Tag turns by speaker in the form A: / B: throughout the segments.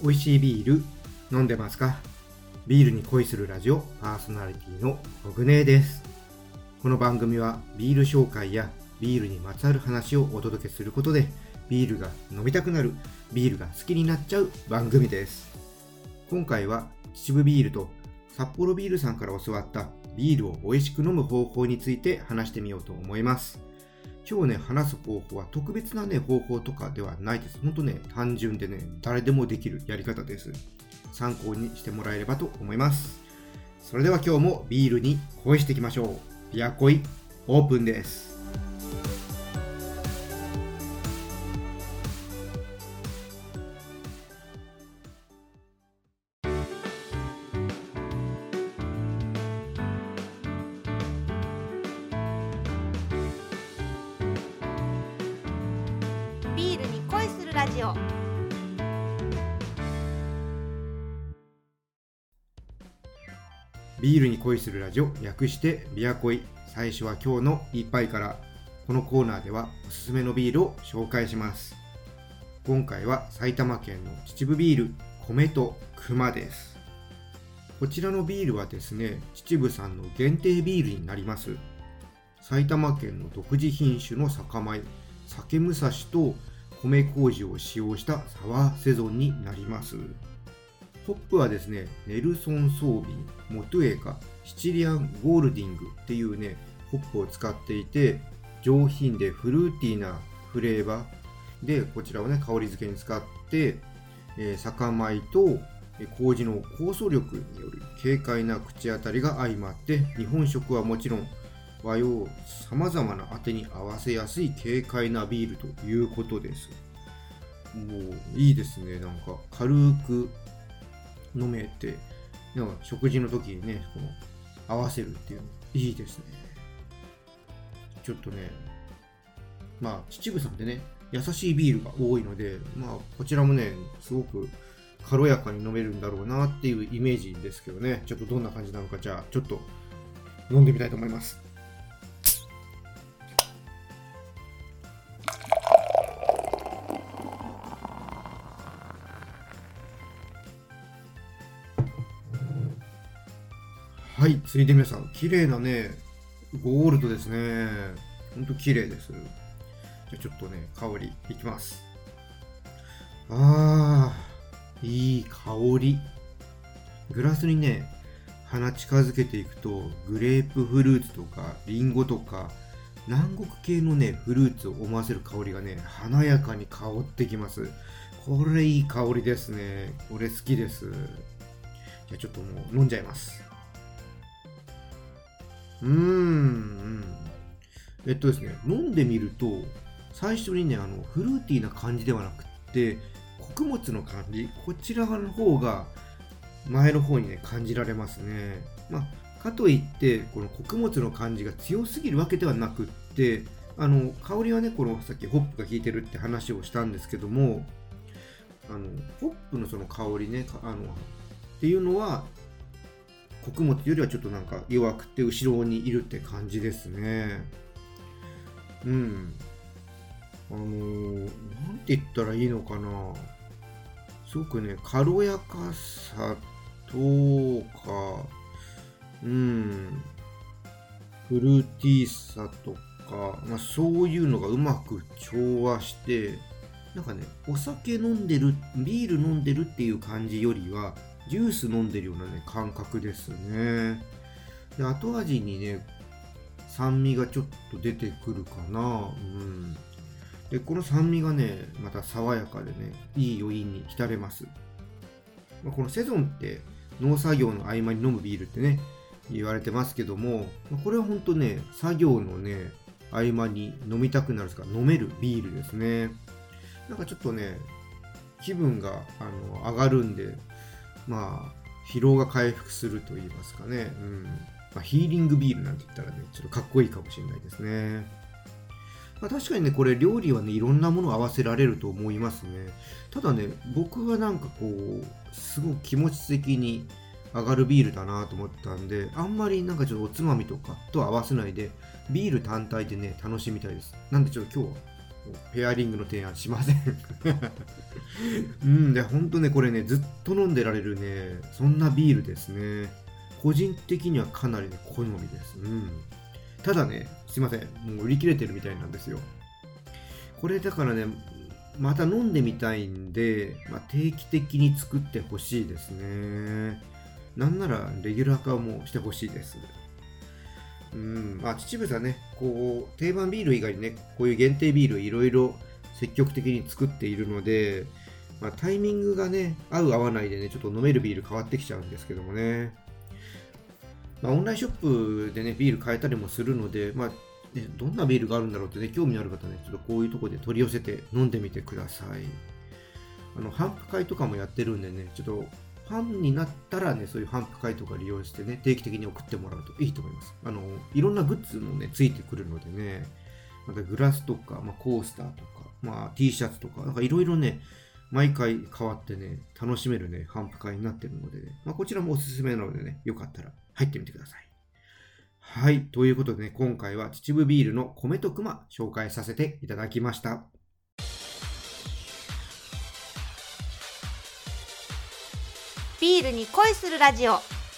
A: 美味しいビール飲んでますか？ビールに恋するラジオパーソナリティのコグネです。この番組はビール紹介やビールにまつわる話をお届けすることで、ビールが飲みたくなる、ビールが好きになっちゃう番組です。今回は秩父ビールと札幌ビールさんから教わったビールを美味しく飲む方法について話してみようと思います。今日話す方法は特別な方法とかではないです。ほんと単純で誰でもできるやり方です。参考にしてもらえればと思います。それでは今日もビールに恋していきましょう。ビア恋オープンです。
B: ビールに恋するラジオ。
A: ビールに恋するラジオ、略してビア恋。最初は今日の一杯から。このコーナーではおすすめのビールを紹介します。今回は埼玉県の秩父ビール米と熊です。こちらのビールはですね、秩父産の限定ビールになります。埼玉県の独自品種の酒米酒武蔵と米麹を使用したサワーセゾンになります。ホップはですね、ネルソンソービン、モトゥエカ、シチリアンゴールディングっていうホップを使っていて、上品でフルーティーなフレーバーで、こちらを香り付けに使って、酒米と麹の酵素力による軽快な口当たりが相まって、日本食はもちろん和洋さまざまなあてに合わせやすい軽快なビールということです。もういいですね。軽く飲めて、食事の時にこの合わせるっていうのいいですね。ちょっと秩父さんで優しいビールが多いので、こちらもすごく軽やかに飲めるんだろうなっていうイメージですけどね。ちょっとどんな感じなのか、じゃあちょっと飲んでみたいと思います。はい、ついで皆さん、綺麗なゴールドですね。ほんと綺麗です。じゃあちょっと香りいきます。いい香り。グラスに鼻近づけていくと、グレープフルーツとかリンゴとか南国系のフルーツを思わせる香りが華やかに香ってきます。これいい香りですね。これ好きです。じゃあちょっともう飲んじゃいます。ですね、飲んでみると、最初にフルーティーな感じではなくって、穀物の感じ、こちらの方が前の方に感じられますね。かといって、この穀物の感じが強すぎるわけではなくって、香りはこのさっきホップが効いてるって話をしたんですけども、ホップのその香りっていうのは、穀物よりはちょっと弱くて後ろにいるって感じですね。なんて言ったらいいのかな。すごく軽やかさとか、フルーティーさとか、そういうのがうまく調和して、お酒飲んでる、ビール飲んでるっていう感じよりは、ジュース飲んでるような感覚ですね。で、後味に酸味がちょっと出てくるかな。で、この酸味がまた爽やかでいい余韻に浸れます。このセゾンって農作業の合間に飲むビールって言われてますけども、これは本当作業の合間に飲みたくなるか飲めるビールですね。ちょっと気分が上がるんで、疲労が回復すると言いますかね。ヒーリングビールなんて言ったらちょっとかっこいいかもしれないですね。確かにこれ料理はいろんなものを合わせられると思いますね。ただ僕はすごく気持ち的に上がるビールだなと思ったんで、あんまりちょっとおつまみとかと合わせないで、ビール単体で楽しみたいです。なんでちょっと今日はペアリングの提案しませんでほんとねこれねずっと飲んでられるねそんなビールですね。個人的にはかなりね好みです。ただねすいませんもう売り切れてるみたいなんですよ。これだからねまた飲んでみたいんで、定期的に作ってほしいですね。なんならレギュラー化もしてほしいです。秩父さんね、こう定番ビール以外にね、こういう限定ビールいろいろ積極的に作っているので、タイミングがね、合う合わないでね、ちょっと飲めるビール変わってきちゃうんですけどもね。オンラインショップでね、ビール買えたりもするので、どんなビールがあるんだろうってね、興味のある方ね、ちょっとこういうところで取り寄せて飲んでみてください。頒布会とかもやってるんでね、ちょっとファンになったらね、そういう頒布会とか利用してね、定期的に送ってもらうといいと思います。いろんなグッズもね、ついてくるのでね、またグラスとか、コースターとか、T シャツとか、なんかいろいろね、毎回変わってね、楽しめるね、頒布会になってるのでね、こちらもおすすめなのでね、よかったら入ってみてください。はい。ということでね、今回は秩父ビールの米と熊紹介させていただきました。
B: ビールに恋するラジオ。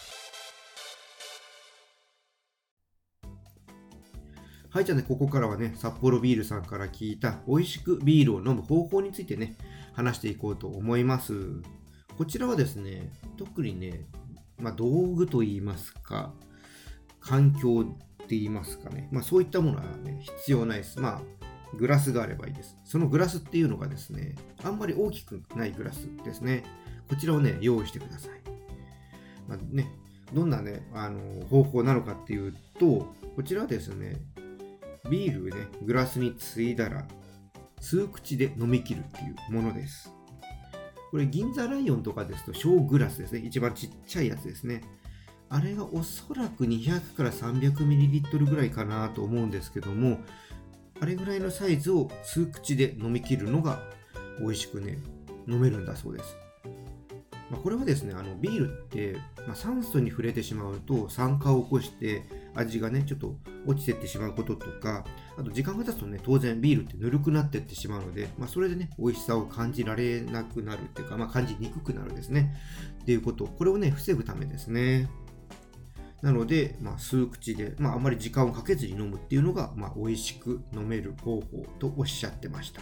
A: はい、じゃあね、ここからはね、札幌ビールさんから聞いた美味しくビールを飲む方法についてね、話していこうと思います。こちらはですね、特にね、道具といいますか、環境って言いますかね、そういったものはね、必要ないです。グラスがあればいいです。そのグラスっていうのがですね、あんまり大きくないグラスですね。こちらをね、用意してください。どんなね、方法なのかっていうと、こちらはですね、ビールをね、グラスについだら、数口で飲み切るっていうものです。これ、銀座ライオンとかですと、小グラスですね。一番ちっちゃいやつですね。あれがおそらく200から 300ml ぐらいかなと思うんですけども、あれぐらいのサイズを数口で飲み切るのが美味しくね、飲めるんだそうです。これはですね、ビールって、酸素に触れてしまうと酸化を起こして味がね、ちょっと落ちていってしまうこととか、あと時間が経つとね、当然ビールってぬるくなっていってしまうので、それでね、美味しさを感じられなくなるっていうか、感じにくくなるですね。っていうこと、これをね、防ぐためですね。なので、数口で、あんまり時間をかけずに飲むっていうのが、美味しく飲める方法とおっしゃってました。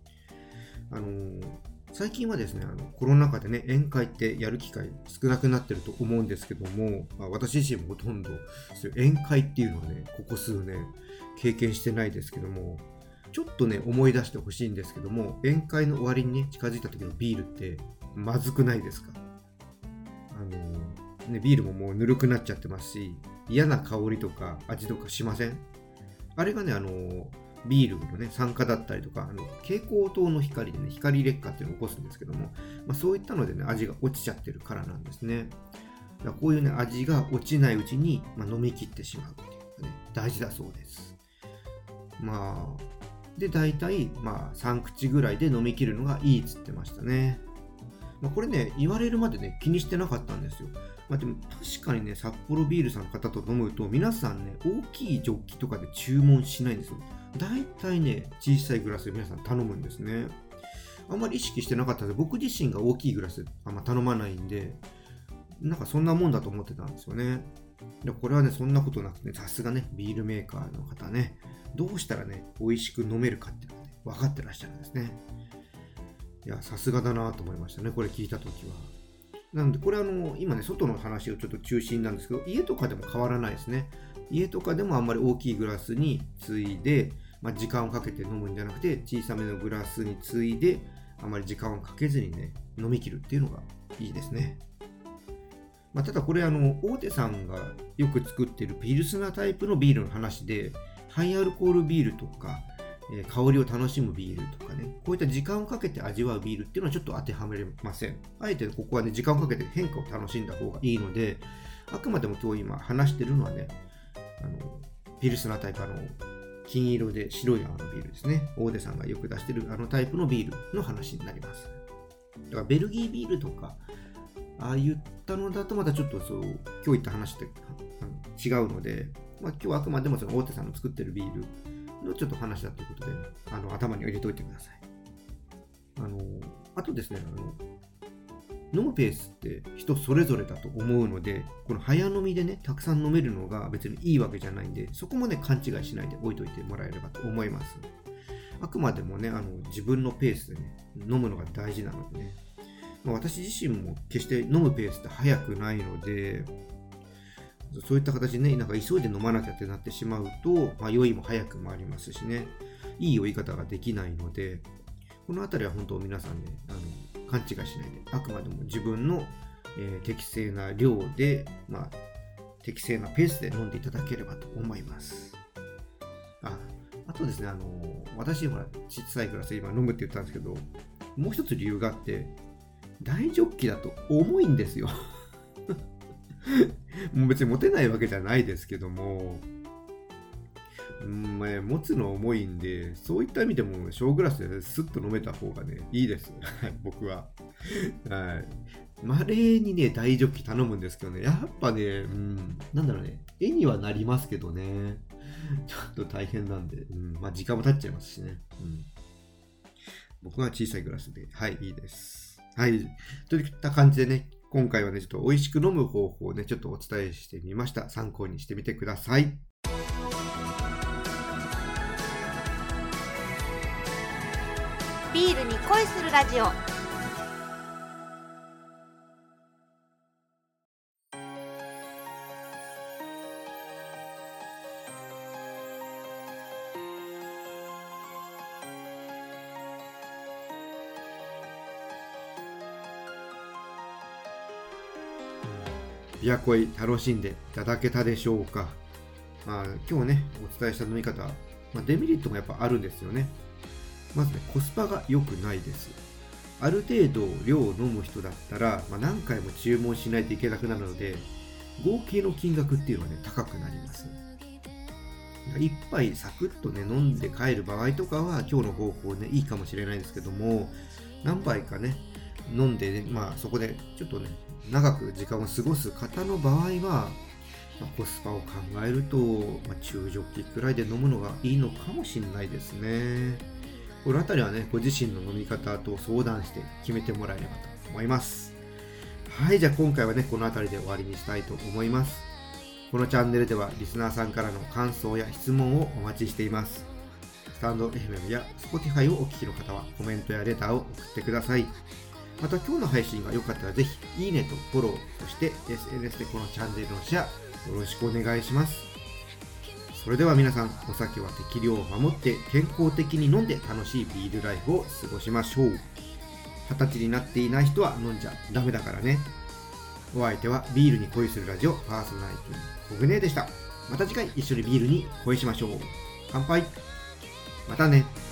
A: 最近はですね、コロナ禍でね、宴会ってやる機会少なくなってると思うんですけども、私自身もほとんど、そういう宴会っていうのはね、ここ数年経験してないですけども、ちょっとね、思い出してほしいんですけども、宴会の終わりにね、近づいた時のビールってまずくないですか？ビールももうぬるくなっちゃってますし、嫌な香りとか味とかしません？あれがね、ビールのね、酸化だったりとか、蛍光灯の光でね、光劣化っていうのを起こすんですけども、そういったのでね、味が落ちちゃってるからなんですね。だからこういうね、味が落ちないうちに、飲み切ってしまうっていうのがね、大事だそうです。で、大体、3口ぐらいで飲み切るのがいいっつってましたね。これね、言われるまでね、気にしてなかったんですよ。でも確かにね、札幌ビールさんの方と飲むと、皆さんね、大きいジョッキとかで注文しないんですよ。大体ね、小さいグラスで皆さん頼むんですね。あんまり意識してなかったので、僕自身が大きいグラスあんま頼まないんで、なんかそんなもんだと思ってたんですよね。でこれはね、そんなことなくてね、さすがね、ビールメーカーの方ね、どうしたらね、美味しく飲めるかっていうのがね、分かってらっしゃるんですね。いや、さすがだなと思いましたね、これ聞いたときは。なので、これ今ね、外の話をちょっと中心なんですけど、家とかでも変わらないですね。家とかでもあんまり大きいグラスについで、時間をかけて飲むんじゃなくて、小さめのグラスについで、あまり時間をかけずにね、飲み切るっていうのがいいですね。ただこれ大手さんがよく作っているピルスナータイプのビールの話で、ハイアルコールビールとか、香りを楽しむビールとかね、こういった時間をかけて味わうビールっていうのはちょっと当てはめれません。あえてここはね、時間をかけて変化を楽しんだ方がいいので、あくまでも今日今話してるのはね、ピルスナータイプ金色で白いビールですね。大手さんがよく出してるタイプのビールの話になります。だからベルギービールとか、ああ言ったのだとまたちょっと今日言った話って違うので、今日はあくまでもその大手さんの作ってるビールのちょっと話だということで、頭に入れておいてください。あとですね、飲むペースって人それぞれだと思うので、この早飲みでね、たくさん飲めるのが別にいいわけじゃないんで、そこもね、勘違いしないで置いといてもらえればと思います。あくまでもね、自分のペースでね、飲むのが大事なのでね、私自身も決して飲むペースって早くないので、そういった形でね、なんか急いで飲まなきゃってなってしまうと、酔いも早くもありますしね、いい酔い方ができないので、このあたりは本当皆さんね、勘違いしないで、あくまでも自分の、適正な量で、適正なペースで飲んでいただければと思います。あとですね、私は小さいグラス今飲むって言ったんですけど、もう一つ理由があって、大ジョッキだと重いんですよ。もう別に持てないわけじゃないですけども、持つの重いんで、そういった意味でも小グラスでスッと飲めた方がね、いいです。僕は。はい。稀にね、大ジョッキ頼むんですけどね、やっぱね、なんだろうね、絵にはなりますけどね、ちょっと大変なんで、時間も経っちゃいますしね。僕は小さいグラスで、はい、いいです。はい。といった感じでね、今回はね、ちょっと美味しく飲む方法をね、ちょっとお伝えしてみました。参考にしてみてください。
B: ビールに恋するラジオ。
A: ビア恋楽しんでいただけたでしょうか。今日ね、お伝えした飲み方、デメリットもやっぱあるんですよね。まずね、コスパが良くないです。ある程度量を飲む人だったら、何回も注文しないといけなくなるので、合計の金額っていうのはね、高くなります。一杯サクッとね、飲んで帰る場合とかは、今日の方法ね、いいかもしれないですけども、何杯かね、飲んでね、そこでちょっとね、長く時間を過ごす方の場合は、コスパを考えると、中ジョッキくらいで飲むのがいいのかもしれないですね。このあたりはね、ご自身の飲み方と相談して決めてもらえればと思います。はい、じゃあ今回はね、このあたりで終わりにしたいと思います。このチャンネルではリスナーさんからの感想や質問をお待ちしています。スタンド FM や Spotify をお聞きの方はコメントやレターを送ってください。また今日の配信が良かったらぜひいいねとフォロー、そして SNS でこのチャンネルのシェアよろしくお願いします。それでは皆さん、お酒は適量を守って健康的に飲んで楽しいビールライフを過ごしましょう。20歳になっていない人は飲んじゃダメだからね。お相手はビールに恋するラジオパーソナリティコグネでした。また次回一緒にビールに恋しましょう。乾杯。またね。